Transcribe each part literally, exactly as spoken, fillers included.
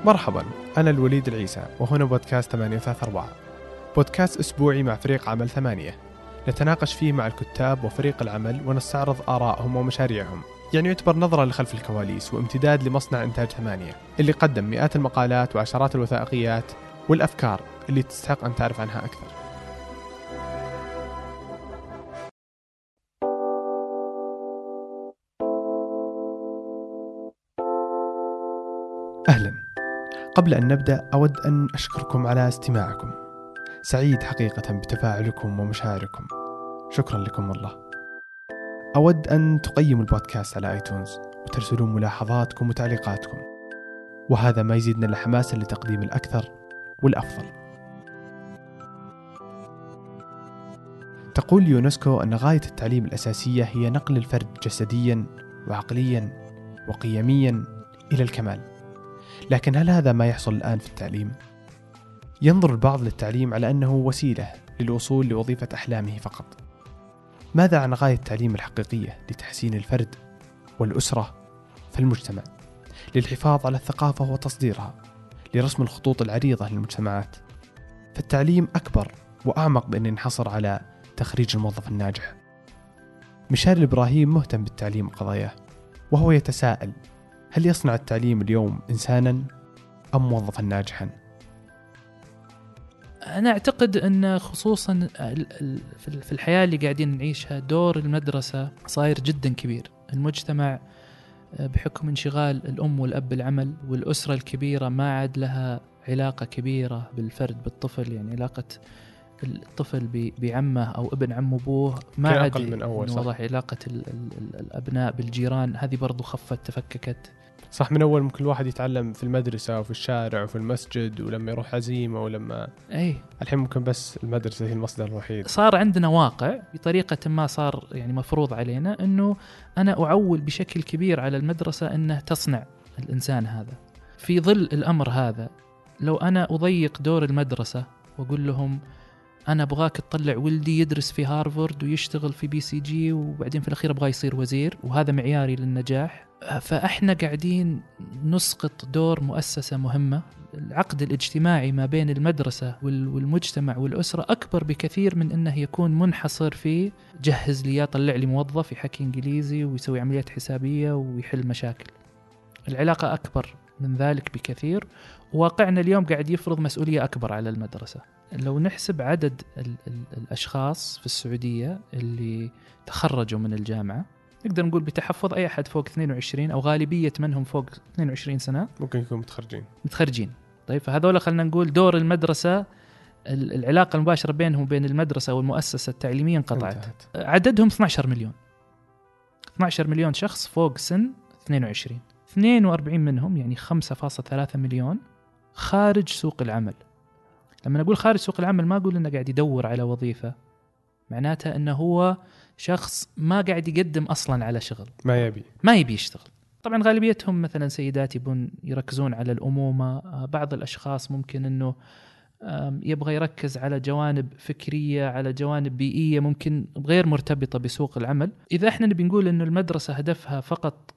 مرحبا، أنا الوليد العيسى وهنا بودكاست ثمانية ثلاثة أربعة، بودكاست أسبوعي مع فريق عمل ثمانية، نتناقش فيه مع الكتاب وفريق العمل ونستعرض آرائهم ومشاريعهم. يعني يعتبر نظرة لخلف الكواليس وامتداد لمصنع إنتاج ثمانية اللي قدم مئات المقالات وعشرات الوثائقيات والأفكار اللي تستحق أن تعرف عنها أكثر. أهلا. قبل أن نبدأ أود أن أشكركم على استماعكم، سعيد حقيقة بتفاعلكم ومشاعركم، شكرا لكم والله. أود أن تقيموا البودكاست على آيتونز وترسلون ملاحظاتكم وتعليقاتكم، وهذا ما يزيدنا الحماس لتقديم الأكثر والأفضل. تقول اليونسكو أن غاية التعليم الأساسية هي نقل الفرد جسديا وعقليا وقيميا إلى الكمال، لكن هل هذا ما يحصل الآن في التعليم؟ ينظر البعض للتعليم على أنه وسيلة للوصول لوظيفة أحلامه فقط. ماذا عن غاية التعليم الحقيقية لتحسين الفرد والأسرة في المجتمع، للحفاظ على الثقافة وتصديرها، لرسم الخطوط العريضة للمجتمعات؟ فالتعليم أكبر وأعمق بأن ينحصر على تخريج الموظف الناجح. مشاري الإبراهيم مهتم بالتعليم وقضاياه، وهو يتساءل: هل يصنع التعليم اليوم إنسانا أم موظفا ناجحا؟ أنا أعتقد أن خصوصا في الحياة اللي قاعدين نعيشها دور المدرسة صاير جدا كبير. المجتمع بحكم انشغال الأم والأب بالعمل والأسرة الكبيرة ما عاد لها علاقة كبيرة بالفرد بالطفل، يعني علاقة الطفل بعمه أو ابن عم أبوه ما عاد من أول. واضح. علاقة ال ال الأبناء بالجيران هذه برضو خفت تفككت. صح، من أول ممكن الواحد يتعلم في المدرسة وفي الشارع وفي المسجد ولما يروح عزيمة ولما أي الحين ممكن بس المدرسة هي المصدر الوحيد. صار عندنا واقع بطريقة ما صار يعني مفروض علينا أنه أنا أعول بشكل كبير على المدرسة أنه تصنع الإنسان هذا. في ظل الأمر هذا لو أنا أضيق دور المدرسة وأقول لهم أنا أبغاك تطلع ولدي يدرس في هارفارد ويشتغل في بي سي جي وبعدين في الأخير أبغاه يصير وزير وهذا معياري للنجاح، فإحنا قاعدين نسقط دور مؤسسة مهمة. العقد الاجتماعي ما بين المدرسة والمجتمع والأسرة أكبر بكثير من أنه يكون منحصر في جهز لي طلع لي موظف يحكي إنجليزي ويسوي عمليات حسابية ويحل مشاكل. العلاقة أكبر من ذلك بكثير، وواقعنا اليوم قاعد يفرض مسؤولية أكبر على المدرسة. لو نحسب عدد ال ال الأشخاص في السعودية اللي تخرجوا من الجامعة نقدر نقول بتحفظ أي أحد فوق اثنين وعشرين أو غالبية منهم فوق اثنين وعشرين سنة ممكن يكونوا متخرجين متخرجين طيب فهذول خلنا نقول دور المدرسة، العلاقة المباشرة بينهم وبين المدرسة والمؤسسة التعليمية انقطعت. انتهت. عددهم اثني عشر مليون اثني عشر مليون شخص فوق سن اثنين وعشرين، اثنين وأربعين منهم يعني خمسة فاصلة ثلاثة مليون خارج سوق العمل. لما نقول خارج سوق العمل ما أقول إنه قاعد يدور على وظيفة، معناتها إنه هو شخص ما قاعد يقدم أصلاً على شغل، ما يبي ما يبي يشتغل. طبعاً غالبيتهم مثلاً سيدات يبون يركزون على الأمومة، بعض الأشخاص ممكن إنه يبغى يركز على جوانب فكرية، على جوانب بيئية ممكن غير مرتبطة بسوق العمل. إذا إحنا نبي نقول إنه المدرسة هدفها فقط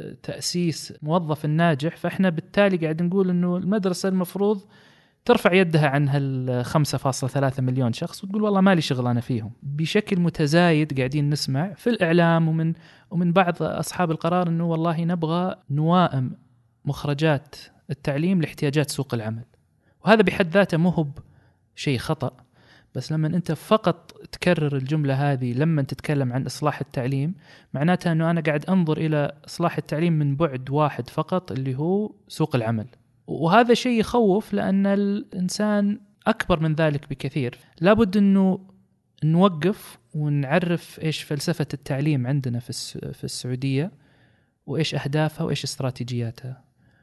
تأسيس موظف الناجح، فإحنا بالتالي قاعد نقول إنه المدرسة المفروض ترفع يدها عن هالخمسة فاصلة ثلاثة مليون شخص وتقول والله مالي شغل أنا فيهم. بشكل متزايد قاعدين نسمع في الإعلام ومن ومن بعض أصحاب القرار إنه والله نبغى نوائم مخرجات التعليم لاحتياجات سوق العمل، وهذا بحد ذاته مو هو شيء خطأ، بس لما أنت فقط تكرر الجملة هذه لما تتكلم عن إصلاح التعليم معناتها أنه أنا قاعد أنظر إلى إصلاح التعليم من بعد واحد فقط اللي هو سوق العمل، وهذا شيء يخوف لأن الإنسان أكبر من ذلك بكثير. لابد أنه نوقف ونعرف إيش فلسفة التعليم عندنا في في السعودية وإيش أهدافها وإيش استراتيجياتها،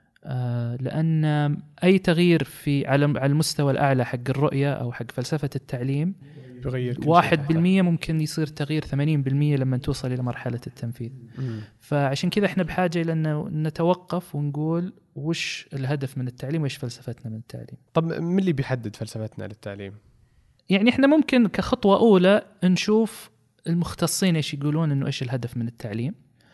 آه لأن أي تغيير في على على المستوى الأعلى حق الرؤية أو حق فلسفة التعليم واحد بالمية ممكن يصير تغيير ثمانين بالمية لما توصل إلى مرحلة التنفيذ. مم. فعشان كذا إحنا بحاجة إلى أن نتوقف ونقول وش الهدف من التعليم وإيش فلسفتنا من التعليم. طب من اللي بيحدد فلسفتنا للتعليم؟ يعني إحنا ممكن كخطوة أولى نشوف المختصين إيش يقولون إنه إيش الهدف من التعليم،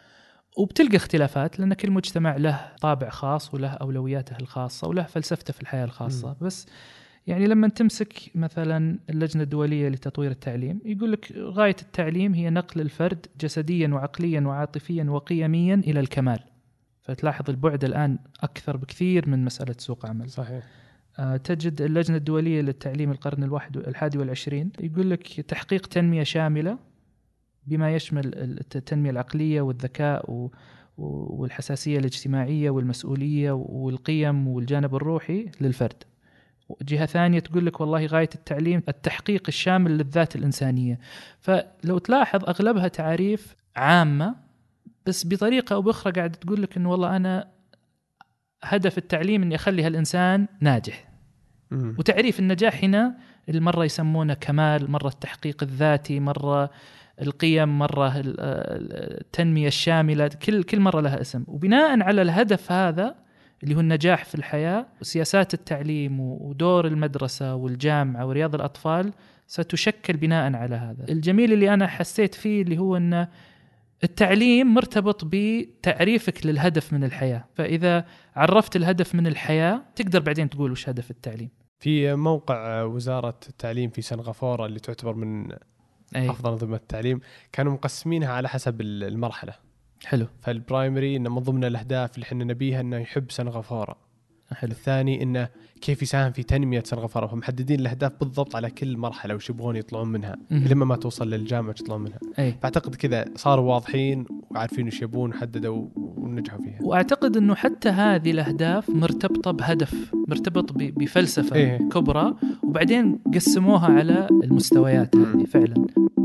وبتلقى اختلافات لأن كل مجتمع له طابع خاص وله أولوياته الخاصة وله فلسفته في الحياة الخاصة. م. بس يعني لما تمسك مثلا اللجنة الدولية لتطوير التعليم يقول لك غاية التعليم هي نقل الفرد جسديا وعقليا وعاطفيا وقيميا إلى الكمال. فتلاحظ البعد الآن أكثر بكثير من مسألة سوق عمل. صحيح. أه تجد اللجنة الدولية للتعليم القرن الواحد الحادي والعشرين يقول لك تحقيق تنمية شاملة بما يشمل التنمية العقلية والذكاء والحساسية الاجتماعية والمسؤولية والقيم والجانب الروحي للفرد. جهة ثانية تقول لك والله غاية التعليم التحقيق الشامل للذات الإنسانية. فلو تلاحظ أغلبها تعريف عامة بس بطريقة أو بأخرى قاعدة تقول لك إنه والله أنا هدف التعليم إني أخلي هالإنسان ناجح. م. وتعريف النجاح هنا المرة يسمونه كمال، مرة التحقيق الذاتي، مرة القيم، مرة التنمية الشاملة، كل كل مرة لها اسم. وبناء على الهدف هذا اللي هو النجاح في الحياة وسياسات التعليم ودور المدرسة والجامعة ورياض الأطفال ستشكل بناء على هذا. الجميل اللي أنا حسيت فيه اللي هو أن التعليم مرتبط بتعريفك للهدف من الحياة. فإذا عرفت الهدف من الحياة تقدر بعدين تقول وش هدف التعليم. في موقع وزارة التعليم في سنغافورة اللي تعتبر من أي. أفضل نظم التعليم كانوا مقسمينها على حسب المرحلة. حلو. فالبرايمري إنه من ضمن الأهداف اللي حنا نبيها إنه يحب سنغافورة. حلو. الثاني إنه كيف يساهم في تنمية سنغافورة، فمحددين الأهداف بالضبط على كل مرحلة وش يبغون يطلعون منها لما ما توصل للجامعة يطلعون منها. أي. فأعتقد كذا صاروا واضحين وعارفين وش يبون وحددوا ونجحوا فيها. وأعتقد إنه حتى هذه الأهداف مرتبطة بهدف، مرتبط بفلسفة إيه؟ كبرى، وبعدين قسموها على المستويات هذه فعلا.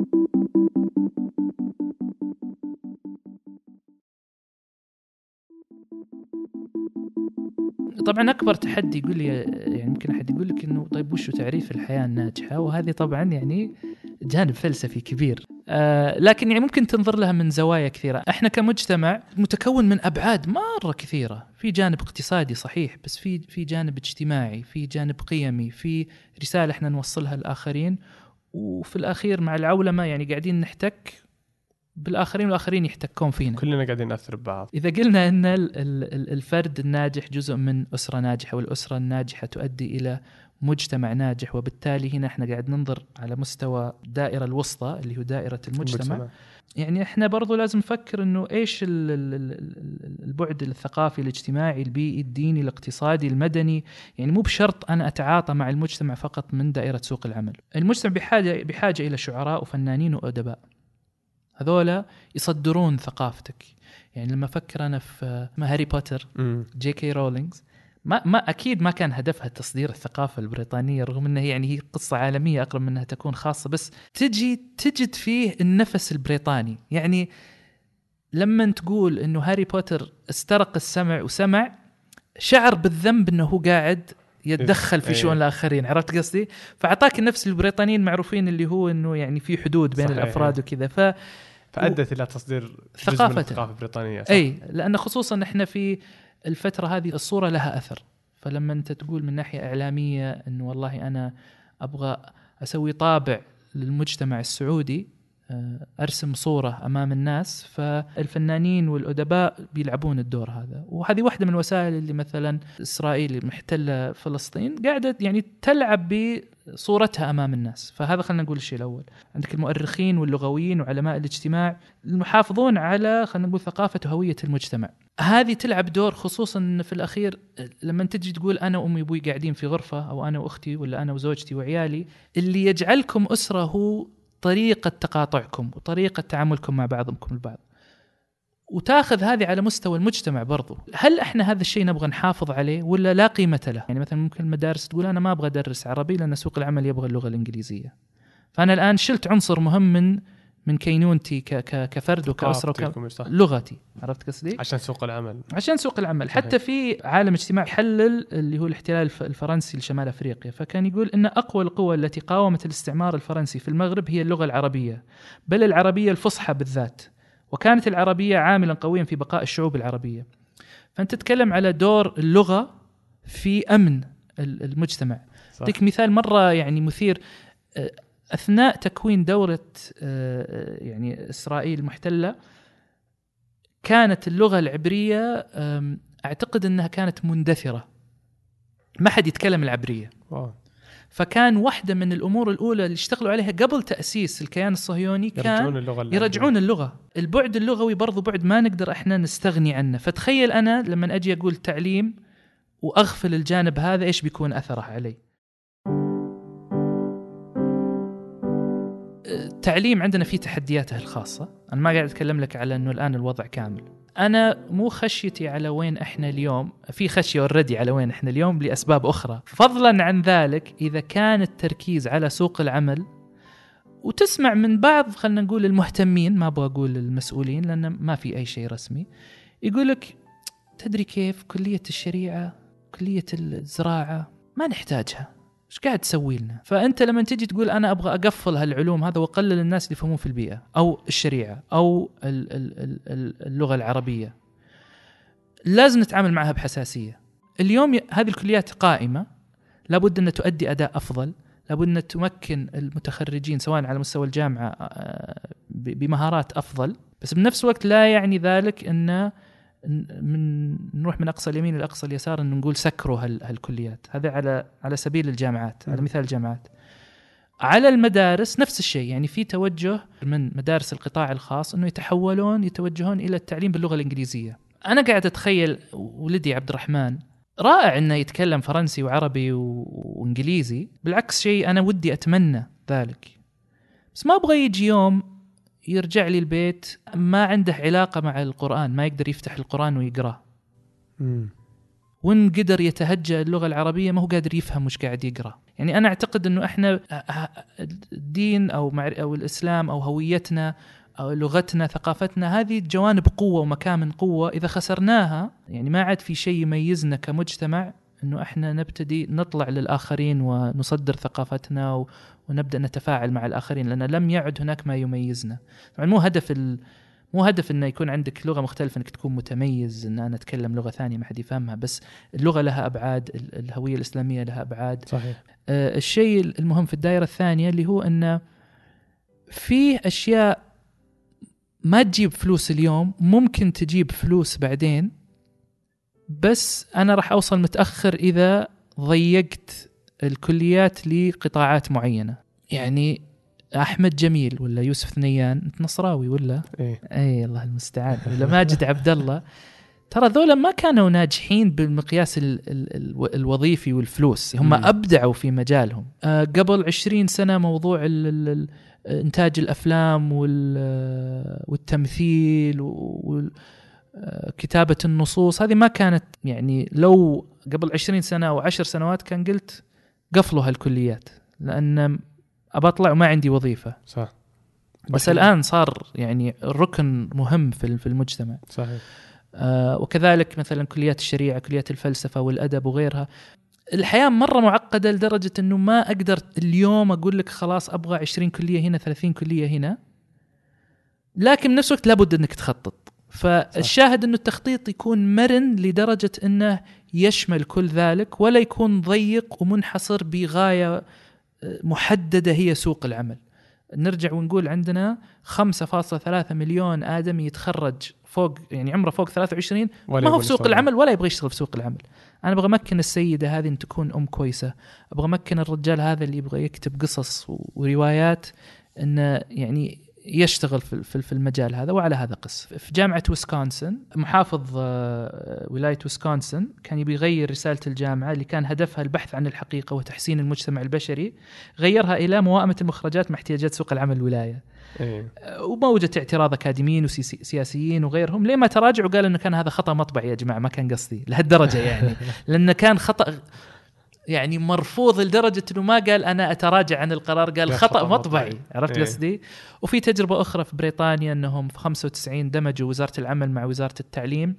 طبعا أكبر تحدي يقول لي يعني ممكن أحد يقول لك إنه طيب وش تعريف الحياة الناجحة، وهذه طبعا يعني جانب فلسفي كبير. آه لكن يعني ممكن تنظر لها من زوايا كثيرة. احنا كمجتمع متكون من أبعاد مرة كثيرة، في جانب اقتصادي صحيح، بس في في جانب اجتماعي، في جانب قيمي، في رسالة احنا نوصلها للآخرين، وفي الأخير مع العولمة يعني قاعدين نحتك بالآخرين والآخرين يحتكون فينا، كلنا قاعدين نأثر ببعض. إذا قلنا أن الفرد الناجح جزء من أسرة ناجحة، والأسرة الناجحة تؤدي إلى مجتمع ناجح، وبالتالي هنا احنا قاعد ننظر على مستوى دائرة الوسطى اللي هو دائرة المجتمع. المجتمع. يعني احنا برضو لازم نفكر انه ايش البعد الثقافي الاجتماعي البيئي الديني الاقتصادي المدني. يعني مو بشرط انا اتعاطى مع المجتمع فقط من دائرة سوق العمل. المجتمع بحاجة بحاجة الى شعراء وفنانين وأدباء، هذولا يصدرون ثقافتك. يعني لما أفكر أنا في هاري بوتر جي كي رولينغز، ما ما أكيد ما كان هدفها تصدير الثقافة البريطانية، رغم أنها يعني هي قصة عالمية أقرب من أنها تكون خاصة، بس تجي تجد فيه النفس البريطاني. يعني لما تقول أنه هاري بوتر استرق السمع وسمع، شعر بالذنب أنه هو قاعد يتدخل في شؤون الآخرين، عرفت قصدي؟ فأعطاك النفس البريطانيين معروفين اللي هو أنه يعني في حدود بين الأفراد وكذا، ف فأدت إلى تصدير جزء من الثقافة البريطانية. صح؟ أي، لأن خصوصا إحنا في الفترة هذه الصورة لها أثر. فلما أنت تقول من ناحية إعلامية إنه والله أنا أبغى أسوي طابع للمجتمع السعودي، أرسم صورة أمام الناس، فالفنانين والأدباء بيلعبون الدور هذا. وهذه واحدة من الوسائل اللي مثلا إسرائيل محتلة فلسطين قاعدة يعني تلعب بصورتها أمام الناس. فهذا خلنا نقول الشيء الأول. عندك المؤرخين واللغويين وعلماء الاجتماع المحافظون على خلنا نقول ثقافة وهوية المجتمع، هذه تلعب دور. خصوصا في الأخير لما تجي تقول أنا وأمي وأبوي قاعدين في غرفة، أو أنا وأختي، ولا أنا وزوجتي وعيالي، اللي يجعلكم أسرة هو طريقة تقاطعكم وطريقة تعاملكم مع بعضكم البعض، وتاخذ هذه على مستوى المجتمع برضو. هل احنا هذا الشيء نبغى نحافظ عليه ولا لا قيمة له؟ يعني مثلا ممكن المدارس تقول أنا ما أبغى أدرس عربي لأن سوق العمل يبغى اللغة الإنجليزية، فأنا الآن شلت عنصر مهم من من كينونتي كفرد وكأسرة لغتي، عرفت قصدي؟ عشان سوق العمل عشان سوق العمل صحيح. حتى في عالم اجتماعي حلل اللي هو الاحتلال الفرنسي لشمال أفريقيا، فكان يقول إن أقوى القوى التي قاومت الاستعمار الفرنسي في المغرب هي اللغة العربية، بل العربية الفصحى بالذات، وكانت العربية عاملا قويا في بقاء الشعوب العربية. فأنت تتكلم على دور اللغة في أمن المجتمع. أعطيك مثال مرة يعني مثير. أثناء تكوين دولة يعني إسرائيل المحتلة، كانت اللغة العبرية أعتقد أنها كانت مندثرة، ما حد يتكلم العبرية. واو. فكان واحدة من الأمور الأولى اللي اشتغلوا عليها قبل تأسيس الكيان الصهيوني كان يرجعون اللغة يرجعون اللغة. البعد اللغوي برضو بعد ما نقدر إحنا نستغني عنه. فتخيل أنا لما أجي أقول تعليم وأغفل الجانب هذا، إيش بيكون أثره علي؟ التعليم عندنا فيه تحدياته الخاصة. أنا ما قاعد أتكلم لك على أنه الآن الوضع كامل. أنا مو خشيتي على وين إحنا اليوم، في خشية والردي على وين إحنا اليوم لأسباب أخرى. فضلا عن ذلك، إذا كان التركيز على سوق العمل، وتسمع من بعض خلنا نقول المهتمين، ما أبغى أقول المسؤولين لأن ما في أي شيء رسمي، يقولك تدري كيف كلية الشريعة كلية الزراعة ما نحتاجها، إيش قاعد تسوي لنا؟ فأنت لما تجي تقول أنا أبغى أقفل هالعلوم هذا وأقلل الناس اللي يفهمون في البيئة أو الشريعة أو اللغة العربية، لازم نتعامل معها بحساسية. اليوم هذه الكليات قائمة، لابد أن تؤدي أداء أفضل، لابد أن تمكن المتخرجين سواء على مستوى الجامعة بمهارات أفضل، بس بنفس الوقت لا يعني ذلك أن من نروح من أقصى اليمين إلى أقصى اليسار أن نقول سكروا هالكليات. هذا على على سبيل الجامعات، على مثال الجامعات. على المدارس نفس الشيء، يعني في توجه من مدارس القطاع الخاص أنه يتحولون يتوجهون إلى التعليم باللغة الإنجليزية. أنا قاعد أتخيل ولدي عبد الرحمن رائع أنه يتكلم فرنسي وعربي وإنجليزي، بالعكس شيء أنا ودي أتمنى ذلك، بس ما أبغى يجي يوم يرجع لي البيت ما عنده علاقة مع القرآن، ما يقدر يفتح القرآن ويقرأ، وإن قدر يتهجأ اللغة العربية ما هو قادر يفهم وش قاعد يقرأ. يعني أنا أعتقد أنه إحنا الدين أو, أو الإسلام أو هويتنا أو لغتنا ثقافتنا هذه جوانب قوة ومكامن قوة، إذا خسرناها يعني ما عاد في شيء يميزنا كمجتمع، أنه إحنا نبتدي نطلع للآخرين ونصدر ثقافتنا ونبدأ نتفاعل مع الآخرين، لأن لم يعد هناك ما يميزنا. طبعا مو هدف ال... مو هدف أنه يكون عندك لغة مختلفة أنك تكون متميز، أن أنا أتكلم لغة ثانية ما حد يفهمها، بس اللغة لها أبعاد، الهوية الإسلامية لها أبعاد. صحيح. آه الشيء المهم في الدائرة الثانية اللي هو أن فيه أشياء ما تجيب فلوس اليوم ممكن تجيب فلوس بعدين، بس أنا راح أوصل متأخر إذا ضيقت الكليات لقطاعات معينة. يعني أحمد جميل ولا يوسف ثنيان، أنت نصراوي ولا؟ إيه. أي الله المستعان. ولا ماجد عبد الله، ترى ذولا ما كانوا ناجحين بالمقياس ال ال ال الوظيفي والفلوس، هم م. أبدعوا في مجالهم. آه قبل عشرين سنة موضوع ال ال إنتاج الأفلام والتمثيل وكتابة النصوص هذه ما كانت، يعني لو قبل عشرين سنة أو عشر سنوات كان قلت قفلوا هالكليات لأن أبى أطلع وما عندي وظيفة. صح. بس الآن صار يعني الركن مهم في المجتمع. صحيح. آه وكذلك مثلا كليات الشريعة، كليات الفلسفة والأدب وغيرها. الحياة مرة معقدة لدرجة أنه ما أقدر اليوم أقول لك خلاص أبغى عشرين كلية هنا ثلاثين كلية هنا، لكن بنفس الوقت لابد أنك تخطط. فالشاهد أنه التخطيط يكون مرن لدرجة أنه يشمل كل ذلك، ولا يكون ضيق ومنحصر بغاية محددة هي سوق العمل. نرجع ونقول عندنا خمسة فاصلة ثلاثة مليون آدمي يتخرج فوق، يعني عمره فوق ثلاثة وعشرين، ما هو في سوق العمل ولا يبغى يشتغل في سوق العمل. أنا أبغى أمكن السيدة هذه أن تكون أم كويسة، أبغى أمكن الرجال هذا اللي يبغى يكتب قصص وروايات أنه يعني يشتغل في في المجال هذا. وعلى هذا قص في جامعة ويسكونسن، محافظ ولاية ويسكونسن كان يبي يغير رسالة الجامعة اللي كان هدفها البحث عن الحقيقة وتحسين المجتمع البشري، غيرها إلى موائمة المخرجات مع احتياجات سوق العمل الولاية. إيه. وما وجدت اعتراض أكاديميين وسياسيين وغيرهم، لما تراجعوا قالوا أنه كان هذا خطأ مطبعي يا جماعة، ما كان قصدي لهالدرجة يعني لأنه كان خطأ يعني مرفوض لدرجة أنه ما قال أنا أتراجع عن القرار، قال خطأ, خطأ مطبعي, مطبعي. عرفت قصدي؟ إيه. وفي تجربة أخرى في بريطانيا أنهم في خمسة وتسعين دمجوا وزارة العمل مع وزارة التعليم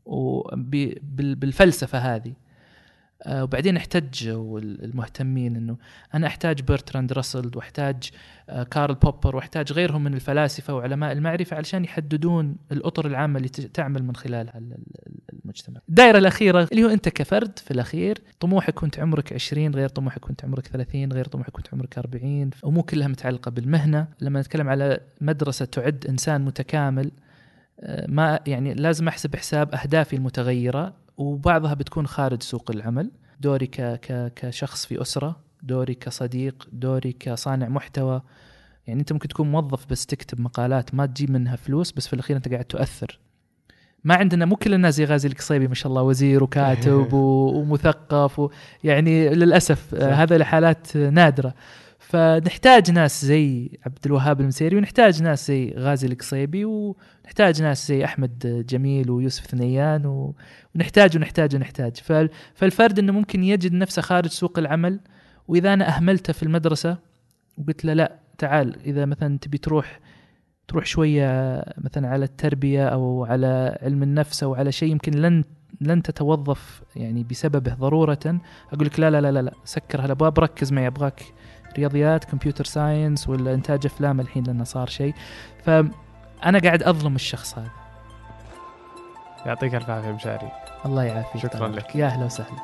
بالفلسفة هذه، وبعدين احتجوا المهتمين أنه أنا أحتاج برتراند راسل واحتاج كارل بوبر واحتاج غيرهم من الفلاسفة وعلماء المعرفة علشان يحددون الأطر العامة اللي تعمل من خلالها المجتمع. الدائرة الأخيرة اللي هو أنت كفرد في الأخير طموحك كنت عمرك عشرين غير طموحك كنت عمرك ثلاثين غير طموحك كنت عمرك أربعين، ومو كلها متعلقة بالمهنة. لما نتكلم على مدرسة تعد إنسان متكامل، ما يعني لازم أحسب حساب أهدافي المتغيرة، وبعضها بتكون خارج سوق العمل. دوري ك ك كشخص في أسرة، دوري كصديق، دوري كصانع محتوى. يعني أنت ممكن تكون موظف بس تكتب مقالات ما تجيب منها فلوس، بس في الأخير أنت قاعد تؤثر. ما عندنا مو كل الناس زي غازي القصيبي ما شاء الله، وزير وكاتب ومثقف و يعني للأسف هذا الحالات نادرة. فنحتاج ناس زي عبد الوهاب المسيري، ونحتاج ناس زي غازي القصيبي، ونحتاج ناس زي أحمد جميل ويوسف ثنيان، ونحتاج ونحتاج ونحتاج. فالفرد إنه ممكن يجد نفسه خارج سوق العمل، وإذا أنا أهملته في المدرسة وقلت له لا تعال، إذا مثلا تبي تروح تروح شوية مثلا على التربية أو على علم النفس أو على شيء يمكن لن لن تتوظف يعني بسببه ضرورة، أقول لك لا لا لا لا, لا سكر هالأبواب، ركز معي، أبغاك رياضيات، كمبيوتر ساينس، ولا إنتاج أفلام الحين لأنه صار شيء. فأنا قاعد أظلم الشخص هذا. يعطيك الف عافية مشاري. الله يعافيك. شكرا لك. يا أهلا وسهلا.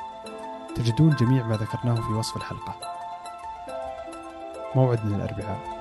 تجدون جميع ما ذكرناه في وصف الحلقة. موعدنا الأربعاء